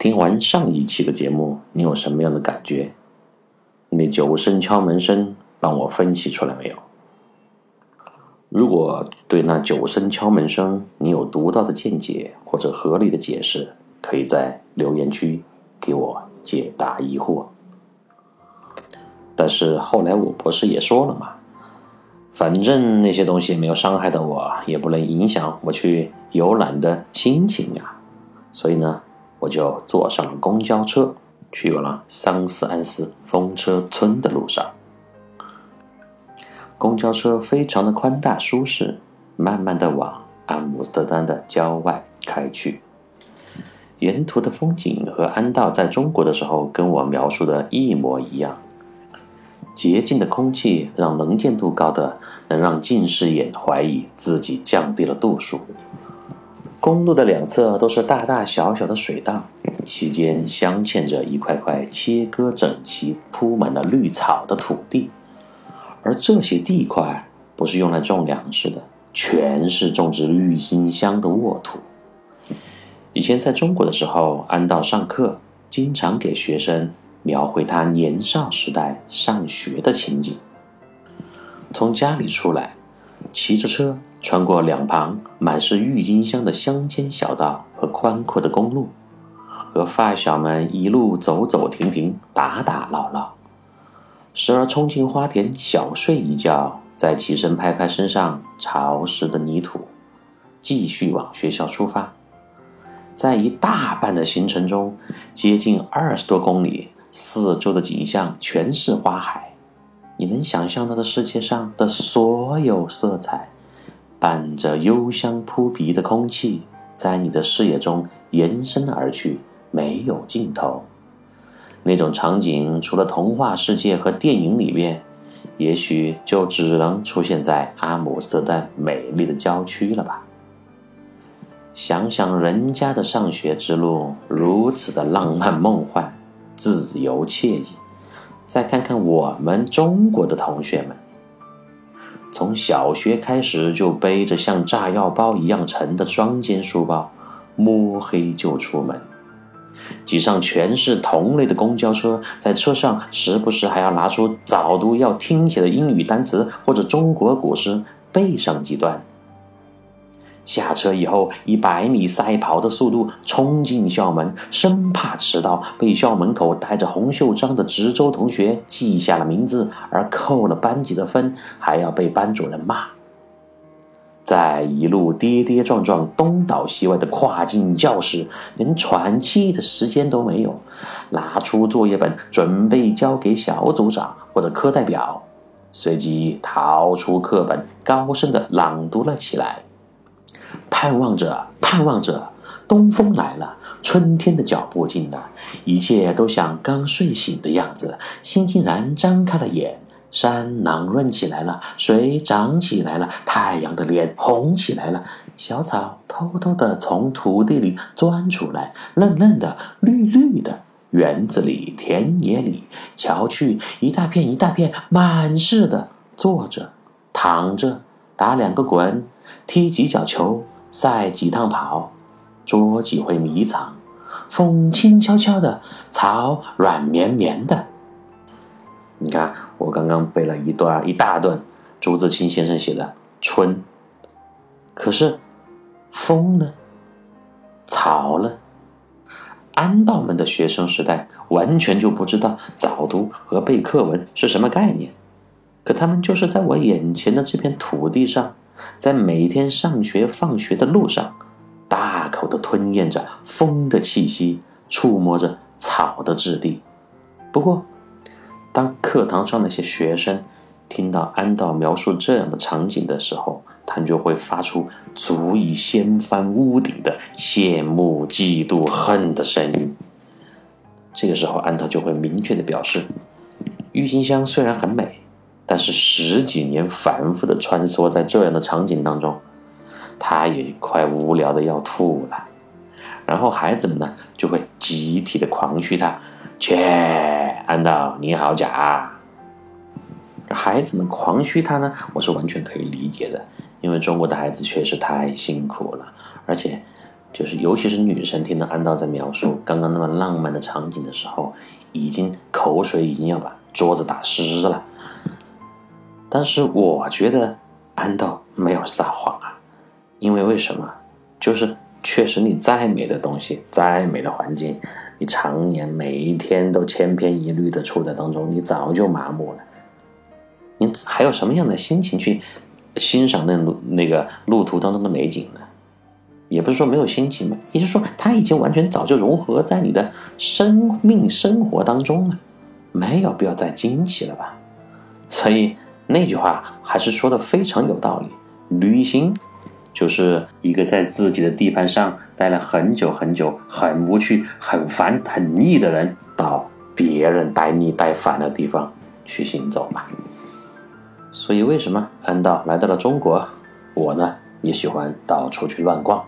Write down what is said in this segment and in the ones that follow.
听完上一期的节目，你有什么样的感觉？那9声敲门声帮我分析出来没有？如果对那9声敲门声你有独到的见解或者合理的解释，可以在留言区给我解答疑惑。但是后来我不是也说了嘛，反正那些东西没有伤害到我，也不能影响我去游览的心情呀。所以呢，我就坐上了公交车，去了桑斯安斯风车村的路上。公交车非常的宽大舒适，慢慢的往阿姆斯特丹的郊外开去。沿途的风景和安道在中国的时候跟我描述的一模一样。洁净的空气让能见度高的能让近视眼怀疑自己降低了度数。公路的两侧都是大大小小的水道，其间镶嵌着一块块切割整齐、铺满了绿草的土地，而这些地块不是用来种粮食的，全是种植郁金香的沃土。以前在中国的时候，安道上课经常给学生描绘他年少时代上学的情景。从家里出来，骑着车穿过两旁满是郁金香的乡间小道和宽阔的公路，和发小们一路走走停停，打打闹闹，时而冲进花田小睡一觉，再起身拍拍身上潮湿的泥土，继续往学校出发。在一大半的行程中，接近20多公里，四周的景象全是花海，你能想象到的世界上的所有色彩，伴着幽香扑鼻的空气，在你的视野中延伸而去，没有尽头。那种场景除了童话世界和电影里面，也许就只能出现在阿姆斯特丹美丽的郊区了吧。想想人家的上学之路如此的浪漫梦幻，自由惬意，再看看我们中国的同学们，从小学开始就背着像炸药包一样沉的双肩书包，摸黑就出门，挤上全是同类的公交车，在车上时不时还要拿出早读要听写的英语单词或者中国古诗背上几段。下车以后以100米赛跑的速度冲进校门，生怕迟到被校门口带着红袖章的值周同学记下了名字而扣了班级的分，还要被班主任骂。在一路跌跌撞撞东倒西歪的跨进教室，连喘气的时间都没有，拿出作业本准备交给小组长或者课代表，随即掏出课本高声地朗读了起来。盼望着，盼望着，东风来了，春天的脚步近了，一切都像刚睡醒的样子，欣欣然张开了眼，山朗润起来了，水长起来了，太阳的脸红起来了，小草偷偷地从土地里钻出来，嫩嫩的，绿绿的，园子里田野里，瞧去一大片一大片满是的，坐着躺着，打2个滚，踢几脚球，赛几趟跑，捉几回迷藏，风轻悄悄的，草软绵绵的。你看，我刚刚背了一大段朱自清先生写的春，可是风呢？草呢？安道们的学生时代完全就不知道早读和背课文是什么概念，可他们就是在我眼前的这片土地上，在每天上学放学的路上，大口地吞咽着风的气息，触摸着草的质地。不过当课堂上那些学生听到安道描述这样的场景的时候，他们就会发出足以掀翻屋顶的羡慕、嫉妒、恨的声音。这个时候安道就会明确地表示，郁金香虽然很美，但是10几年反复的穿梭在这样的场景当中，他也快无聊的要吐了。然后孩子们呢就会集体的狂嘘他，切，安道你好假。孩子们狂嘘他呢，我是完全可以理解的，因为中国的孩子确实太辛苦了，而且就是尤其是女生听到安道在描述刚刚那么浪漫的场景的时候，口水已经要把桌子打湿了。但是我觉得安道没有撒谎啊，因为为什么？就是确实你再美的东西，再美的环境，你常年每一天都千篇一律的处在当中，你早就麻木了。你还有什么样的心情去欣赏那个路途当中的美景呢？也不是说没有心情嘛，也就是说它已经完全早就融合在你的生命生活当中了，没有必要再惊奇了吧。所以那句话还是说的非常有道理，旅行就是一个在自己的地盘上待了很久很久，很无趣很烦很腻的人，到别人待腻待烦的地方去行走吧。所以为什么安道来到了中国，我呢也喜欢到处去乱逛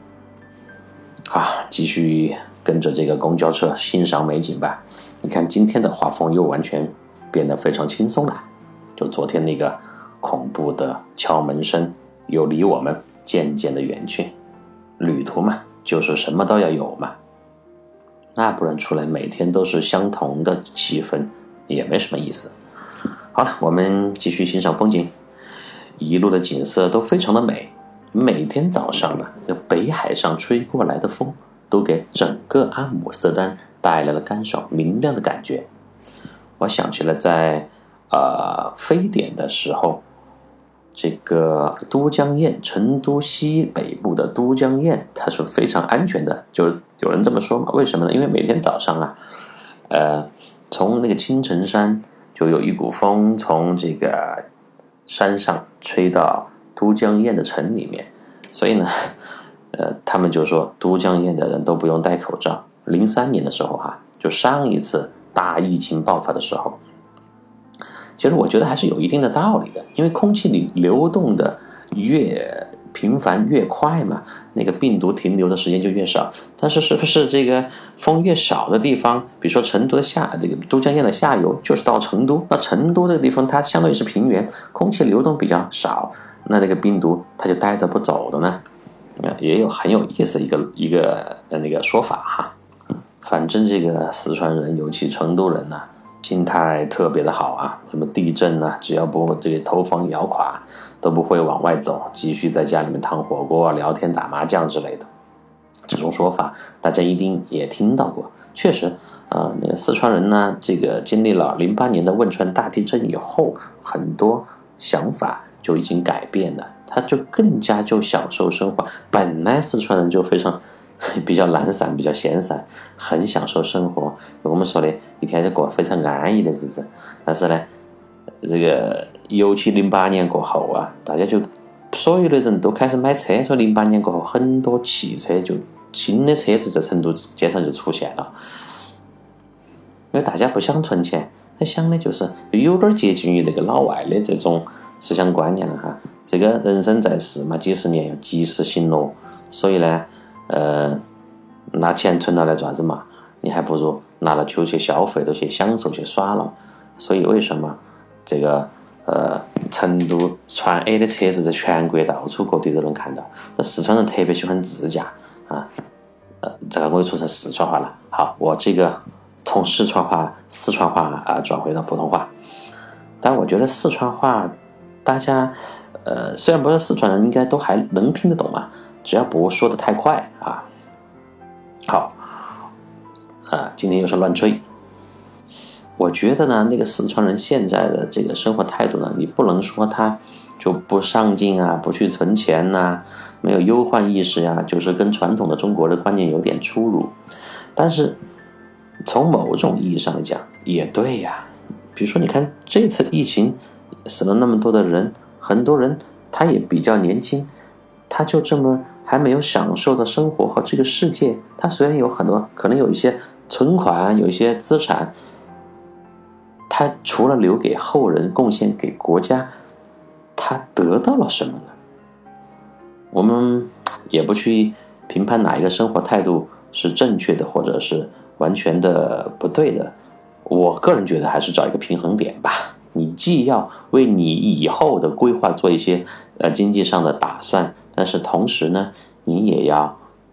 继续跟着这个公交车欣赏美景吧。你看今天的画风又完全变得非常轻松了，就昨天那个恐怖的敲门声又离我们渐渐的远去。旅途嘛，就是什么都要有嘛，那不然出来每天都是相同的气氛也没什么意思。好了，我们继续欣赏风景，一路的景色都非常的美。每天早上呢，这个北海上吹过来的风都给整个阿姆斯特丹带来了干爽明亮的感觉。我想起了在非典的时候，这个都江堰，成都西北部的都江堰它是非常安全的，就有人这么说嘛。为什么呢？因为每天早上从那个青城山就有一股风从这个山上吹到都江堰的城里面，所以呢他们就说都江堰的人都不用戴口罩。03年的时候就上一次大疫情爆发的时候，其实我觉得还是有一定的道理的，因为空气里流动的越频繁越快嘛，那个病毒停留的时间就越少。但是是不是这个风越少的地方，比如说成都的这个都江堰的下游就是到成都，那成都这个地方它相对是平原，空气流动比较少，那个病毒它就待着不走的呢？也有很有意思的一个那个说法反正这个四川人，尤其成都人心态特别的好什么地震只要不这个头房摇垮，都不会往外走，继续在家里面烫火锅聊天打麻将之类的。这种说法大家一定也听到过。确实那个四川人呢，这个经历了08年的汶川大地震以后，很多想法就已经改变了，他就更加就享受生活。本来四川人就非常比较懒散比较闲散，很享受生活，我们说的一天就过非常安逸的日子。但是呢，这个尤其08年过后大家就所有的人都开始买车，说08年过后很多汽车就新的车子在成都街上就出现了，因为大家不想存钱，他想的就是有点接近于那个老外的这种思想观念了这个人生在世嘛，几十年要及时行乐，所以呢拿钱存到来做啥子嘛？你还不如拿了就去消费，都去享受去耍了。所以为什么这个成都川 A 的车子在全国到处各地都能看到？那四川人特别喜欢自驾这个我又说成四川话了。好，我这个从四川话转回到普通话。但我觉得四川话大家虽然不是四川人，应该都还能听得懂只要不说得太快好今天又是乱吹。我觉得呢，那个四川人现在的这个生活态度呢，你不能说他就不上进不去存钱没有忧患意识就是跟传统的中国的观念有点出入。但是从某种意义上来讲也对比如说你看这次疫情死了那么多的人，很多人他也比较年轻，他就这么还没有享受到生活和这个世界。他虽然有很多可能有一些存款，有一些资产，他除了留给后人贡献给国家，他得到了什么呢？我们也不去评判哪一个生活态度是正确的或者是完全的不对的，我个人觉得还是找一个平衡点吧。你既要为你以后的规划做一些经济上的打算，但是同时呢，你也要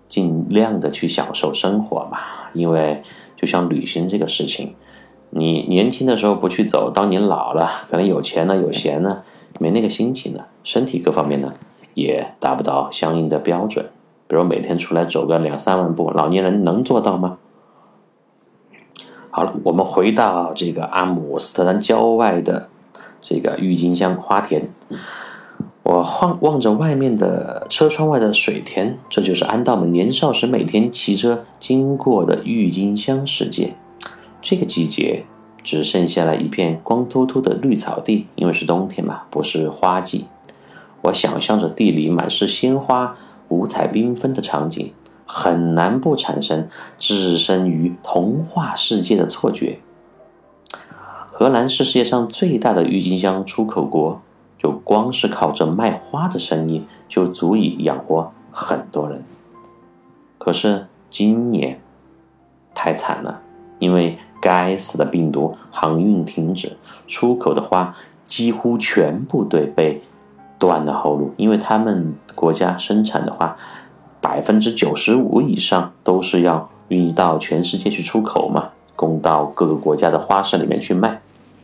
尽量的去享受生活嘛。因为就像旅行这个事情，你年轻的时候不去走，当你老了，可能有钱了有闲了，没那个心情了，身体各方面呢也达不到相应的标准。比如每天出来走个2-3万步，老年人能做到吗？好了，我们回到这个阿姆斯特丹郊外的这个郁金香花田。我望着外面的车窗外的水田，这就是安道们年少时每天骑车经过的郁金香世界。这个季节只剩下了一片光秃秃的绿草地，因为是冬天嘛，不是花季。我想象着地里满是鲜花，五彩缤纷的场景，很难不产生置身于童话世界的错觉。荷兰是世界上最大的郁金香出口国，就光是靠这卖花的生意就足以养活很多人。可是今年太惨了，因为该死的病毒航运停止，出口的花几乎全部被断了后路。因为他们国家生产的花95%以上都是要运到全世界去出口嘛，供到各个国家的花市里面去卖。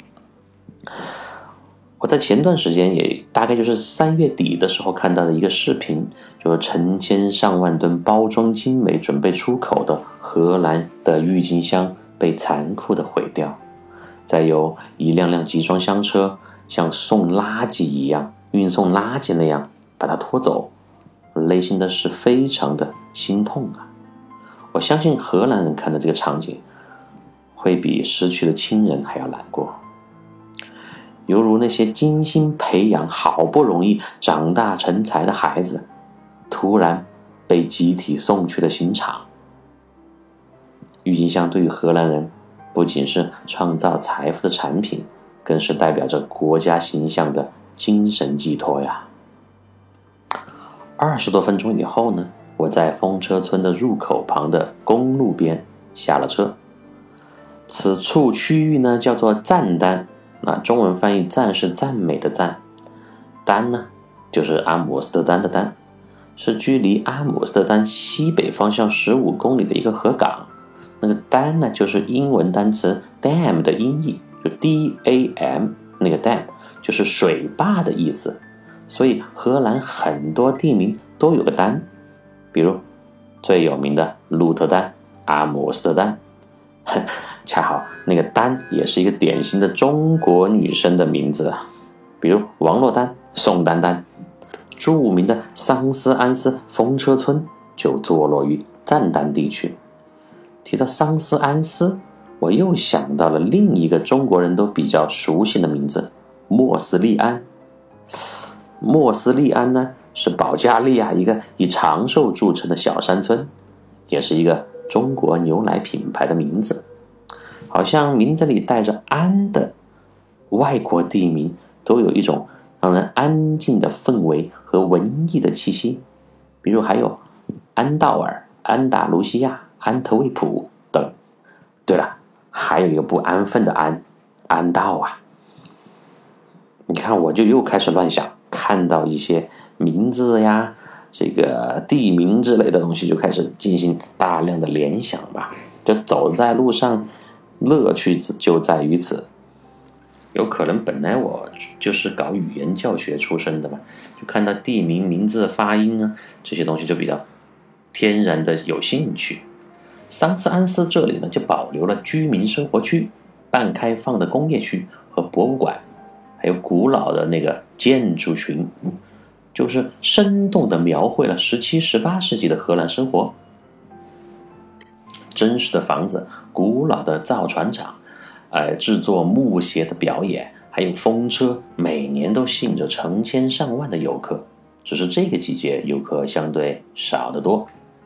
我在前段时间也大概就是3月底的时候看到的一个视频，就是成千上万吨包装精美准备出口的荷兰的郁金香被残酷的毁掉，再由一辆辆集装箱车像送垃圾一样，运送垃圾那样把它拖走，内心的是非常的心痛啊！我相信荷兰人看到这个场景会比失去了亲人还要难过，犹如那些精心培养好不容易长大成才的孩子突然被集体送去了刑场。郁金香对于荷兰人不仅是创造财富的产品，更是代表着国家形象的精神寄托呀。20多分钟以后呢，我在风车村的入口旁的公路边下了车。此处区域呢叫做赞丹，中文翻译赞是赞美的赞，丹呢就是阿姆斯特丹的丹，是距离阿姆斯特丹西北方向15公里的一个河港。那个丹呢就是英文单词 dam 的音译，就 D-A-M， 那个 dam 就是水坝的意思。所以荷兰很多地名都有个丹，比如最有名的鹿特丹、阿姆斯特丹，恰好那个丹也是一个典型的中国女生的名字，比如王珞丹、宋丹丹。著名的桑斯安斯风车村就坐落于赞丹地区。提到桑斯安斯，我又想到了另一个中国人都比较熟悉的名字，莫斯利安。莫斯利安呢是保加利亚一个以长寿著称的小山村，也是一个中国牛奶品牌的名字。好像名字里带着安的外国地名都有一种让人安静的氛围和文艺的气息，比如还有安道尔、安达卢西亚、安特卫普等。对了，还有一个不安分的安道啊。你看，我就又开始乱想，看到一些名字呀，这个地名之类的东西，就开始进行大量的联想吧。就走在路上，乐趣就在于此。有可能本来我就是搞语言教学出身的嘛，就看到地名名字发音啊这些东西就比较天然的有兴趣。桑斯安斯这里呢就保留了居民生活区、半开放的工业区和博物馆，还有古老的那个建筑群，就是生动地描绘了17、18世纪的荷兰生活。真实的房子、古老的造船厂、制作木鞋的表演，还有风车，每年都吸引着成千上万的游客。只是这个季节游客相对少得多。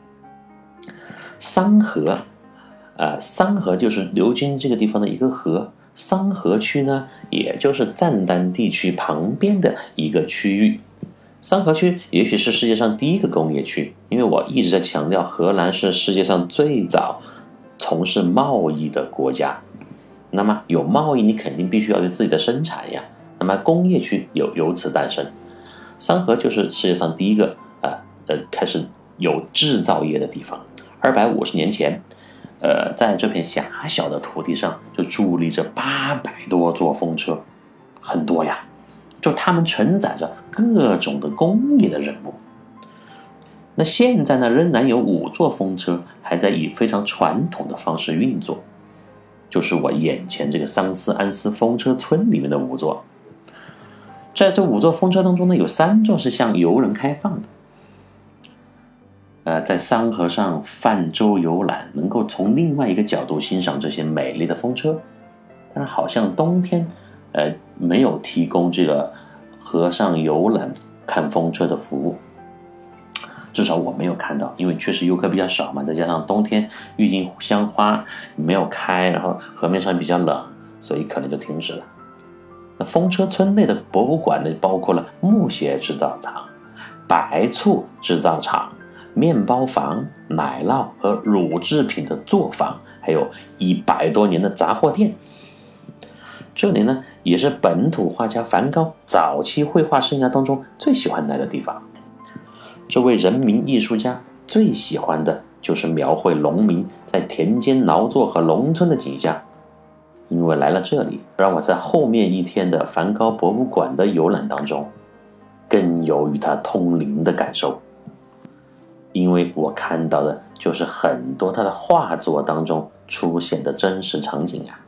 桑河，桑河就是流经这个地方的一个河。桑河区呢，也就是赞丹地区旁边的一个区域。桑河区也许是世界上第一个工业区，因为我一直在强调荷兰是世界上最早从事贸易的国家。那么有贸易，你肯定必须要有自己的生产呀。那么工业区由此诞生。桑河就是世界上第一个开始有制造业的地方。250年前，在这片狭小的土地上就伫立着800多座风车，很多呀，就它们承载着各种的工业的任务。那现在呢，仍然有5座风车还在以非常传统的方式运作，就是我眼前这个桑斯安斯风车村里面的5座。在这5座风车当中呢，有3座是向游人开放的。在桑河上泛舟游览，能够从另外一个角度欣赏这些美丽的风车。但是好像冬天，没有提供这个河上游览看风车的服务，至少我没有看到，因为确实游客比较少嘛，再加上冬天郁金香花没有开，然后河面上比较冷，所以可能就停止了。那风车村内的博物馆呢，包括了木鞋制造厂、白醋制造厂、面包房、奶酪和乳制品的作坊，还有100多年的杂货店。这里呢，也是本土画家梵高早期绘画生涯当中最喜欢来的地方。这位人民艺术家最喜欢的就是描绘农民在田间劳作和农村的景象。因为来了这里，让我在后面一天的梵高博物馆的游览当中更有与他通灵的感受。因为我看到的就是很多他的画作当中出现的真实场景呀。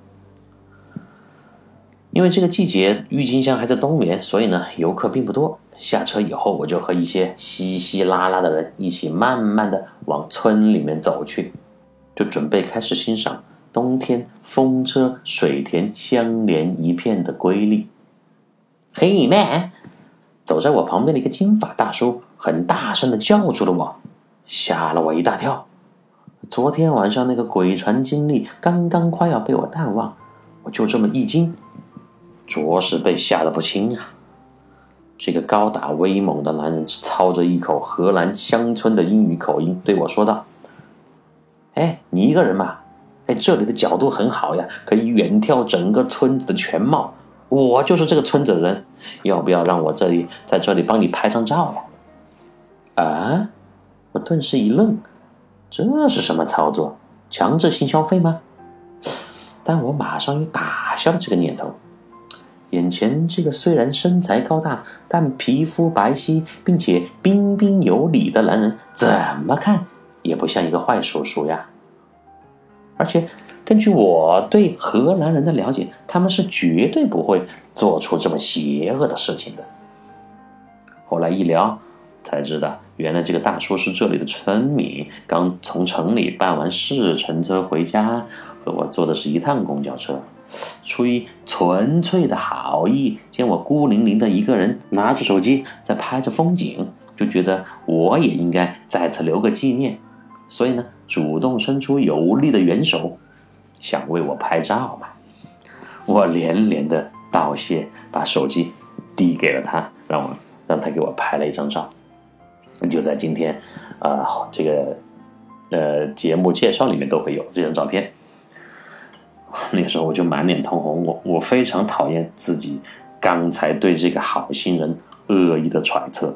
因为这个季节郁金香还在冬眠，所以呢游客并不多。下车以后，我就和一些稀稀拉拉的人一起慢慢的往村里面走去，就准备开始欣赏冬天风车水田相连一片的瑰丽。嘿 man， 走在我旁边的一个金发大叔很大声的叫住了我，吓了我一大跳。昨天晚上那个鬼船经历刚刚快要被我淡忘，我就这么一惊，着实被吓得不轻啊。这个高大威猛的男人操着一口荷兰乡村的英语口音对我说道：哎，你一个人嘛？哎，这里的角度很好呀，可以远眺整个村子的全貌。我就是这个村子的人，要不要让我在这里帮你拍张照呀？啊！我顿时一愣，这是什么操作？强制性消费吗？但我马上又打消了这个念头。眼前这个虽然身材高大，但皮肤白皙并且彬彬有礼的男人，怎么看也不像一个坏叔叔呀。而且根据我对荷兰人的了解，他们是绝对不会做出这么邪恶的事情的。后来一聊才知道，原来这个大叔是这里的村民，刚从城里办完事乘车回家，和我坐的是一趟公交车。出于纯粹的好意，见我孤零零的一个人拿着手机在拍着风景，就觉得我也应该在此留个纪念，所以呢主动伸出有力的援手，想为我拍照嘛。我连连的道谢，把手机递给了他，让他给我拍了一张照。就在今天这个节目介绍里面都会有这张照片。那个时候我就满脸通红，我非常讨厌自己刚才对这个好心人恶意的揣测。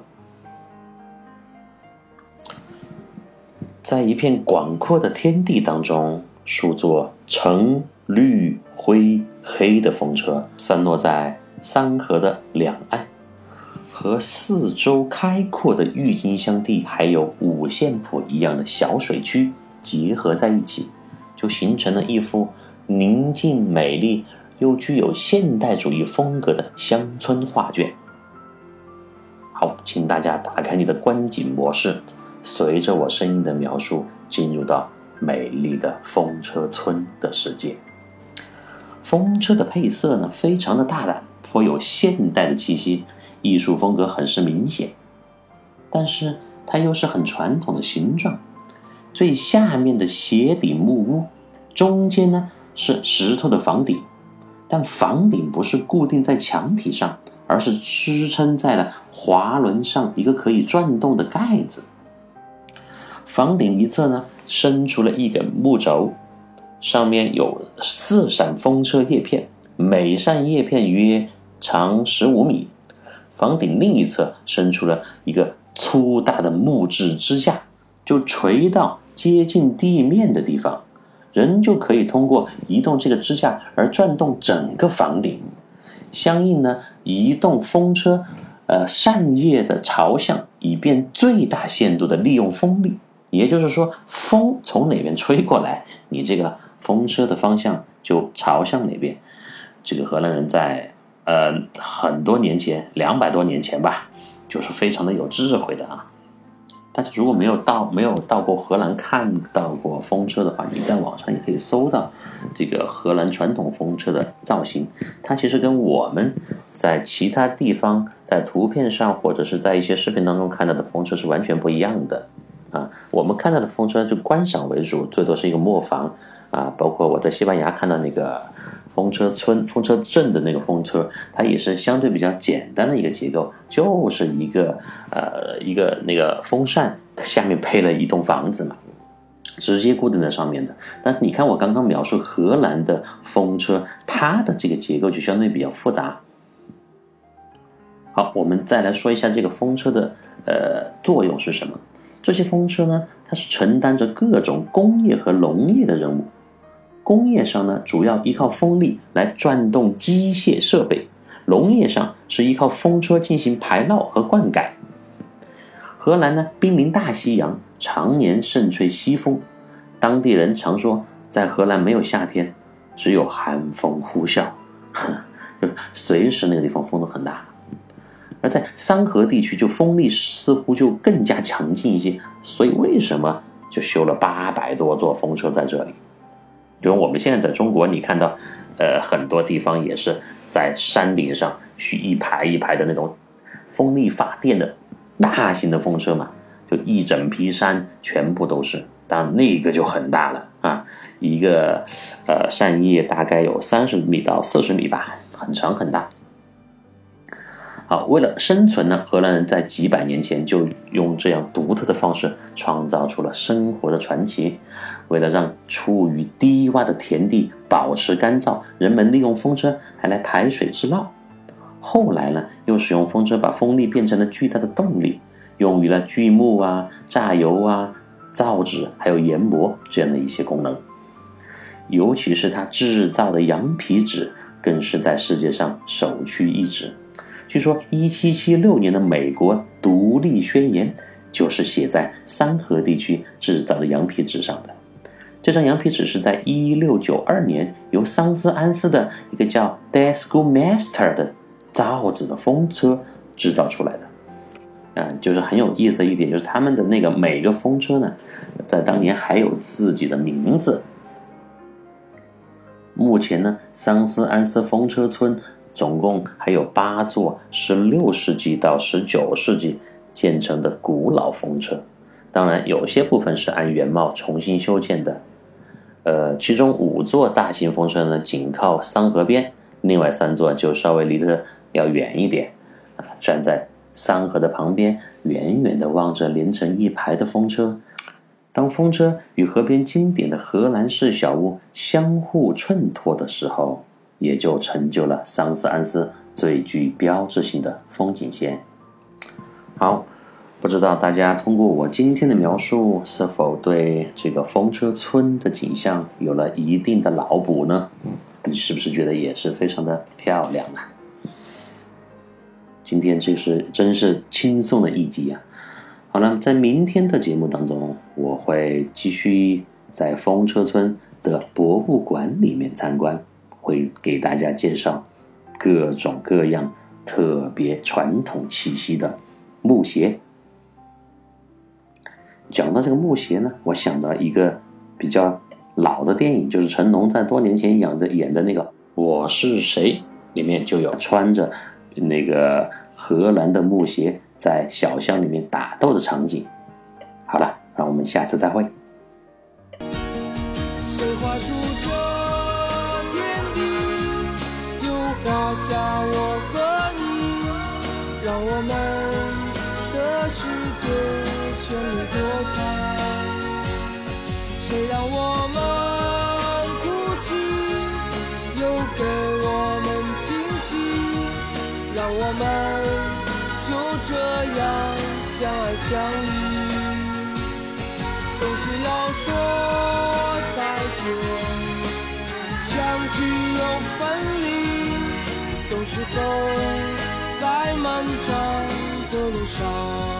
在一片广阔的天地当中，数座橙、绿、灰、黑的风车散落在桑河的两岸，和四周开阔的郁金香地还有五线谱一样的小水区结合在一起，就形成了一幅宁静美丽又具有现代主义风格的乡村画卷。好，请大家打开你的观景模式，随着我声音的描述进入到美丽的风车村的世界。风车的配色呢非常的大胆，颇有现代的气息，艺术风格很是明显，但是它又是很传统的形状。最下面的斜顶木屋，中间呢是石头的房顶，但房顶不是固定在墙体上，而是支撑在了滑轮上一个可以转动的盖子。房顶一侧呢伸出了一根木轴，上面有4扇风车叶片，每扇叶片约长15米。房顶另一侧伸出了一个粗大的木质支架， 就垂到接近地面的地方，人就可以通过移动这个支架而转动整个房顶。相应呢，移动风车扇叶的朝向，以便最大限度的利用风力。也就是说，风从哪边吹过来，你这个风车的方向就朝向哪边。这个荷兰人在很多年前，200多年前吧，就是非常的有智慧的啊。但是如果没有到过荷兰看到过风车的话，你在网上也可以搜到这个荷兰传统风车的造型。它其实跟我们在其他地方在图片上或者是在一些视频当中看到的风车是完全不一样的啊。我们看到的风车就观赏为主，最多是一个磨坊啊。包括我在西班牙看到那个风车镇的那个风车，它也是相对比较简单的一个结构，就是一个那个风扇下面配了一栋房子嘛，直接固定在上面的。但是你看我刚刚描述荷兰的风车，它的这个结构就相对比较复杂。好，我们再来说一下这个风车的作用是什么。这些风车呢，它是承担着各种工业和农业的任务。工业上呢，主要依靠风力来转动机械设备；农业上是依靠风车进行排涝和灌溉。荷兰呢，濒临大西洋，常年盛吹西风，当地人常说，在荷兰没有夏天，只有寒风呼啸，就随时那个地方风都很大。而在桑河地区，就风力似乎就更加强劲一些，所以为什么就修了800多座风车在这里？比如我们现在在中国，你看到很多地方也是在山顶上一排一排的那种风力发电的大型的风车嘛，就一整批山全部都是。当然那个就很大了啊，一个扇叶大概有30米到40米吧，很长很大。好，为了生存呢，荷兰人在几百年前就用这样独特的方式创造出了生活的传奇。为了让处于低洼的田地保持干燥，人们利用风车还来排水治涝。后来呢，又使用风车把风力变成了巨大的动力，用于了锯木啊、榨油啊、造纸还有研磨这样的一些功能。尤其是它制造的羊皮纸，更是在世界上首屈一指。据说1776年的美国独立宣言就是写在桑河地区制造的羊皮纸上的。这张羊皮纸是在1692年由桑斯安斯的一个叫 The Schoolmaster 的造纸的风车制造出来的。就是很有意思的一点，就是他们的那个每个风车呢，在当年还有自己的名字。目前呢，桑斯安斯风车村总共还有8座16世纪到19世纪建成的古老风车，当然有些部分是按原貌重新修建的。其中5座大型风车呢紧靠桑河边，另外3座就稍微离得要远一点。站在桑河的旁边，远远地望着连成一排的风车。当风车与河边经典的荷兰式小屋相互衬托的时候，也就成就了桑斯安斯最具标志性的风景线。好，不知道大家通过我今天的描述，是否对这个风车村的景象有了一定的脑补呢？你是不是觉得也是非常的漂亮呢？今天真是轻松的一集啊！好了，在明天的节目当中，我会继续在风车村的博物馆里面参观，会给大家介绍各种各样特别传统气息的木鞋。讲到这个木鞋呢，我想到一个比较老的电影，就是成龙在多年前演的那个《我是谁》，里面就有穿着那个荷兰的木鞋在小巷里面打斗的场景。好了，让我们下次再会。 谁画出这天地，又画下我和你，让我们的世界绚丽多彩。谁让我们哭泣，又给我们惊喜，让我们就这样相爱相依。 走在漫长的路上。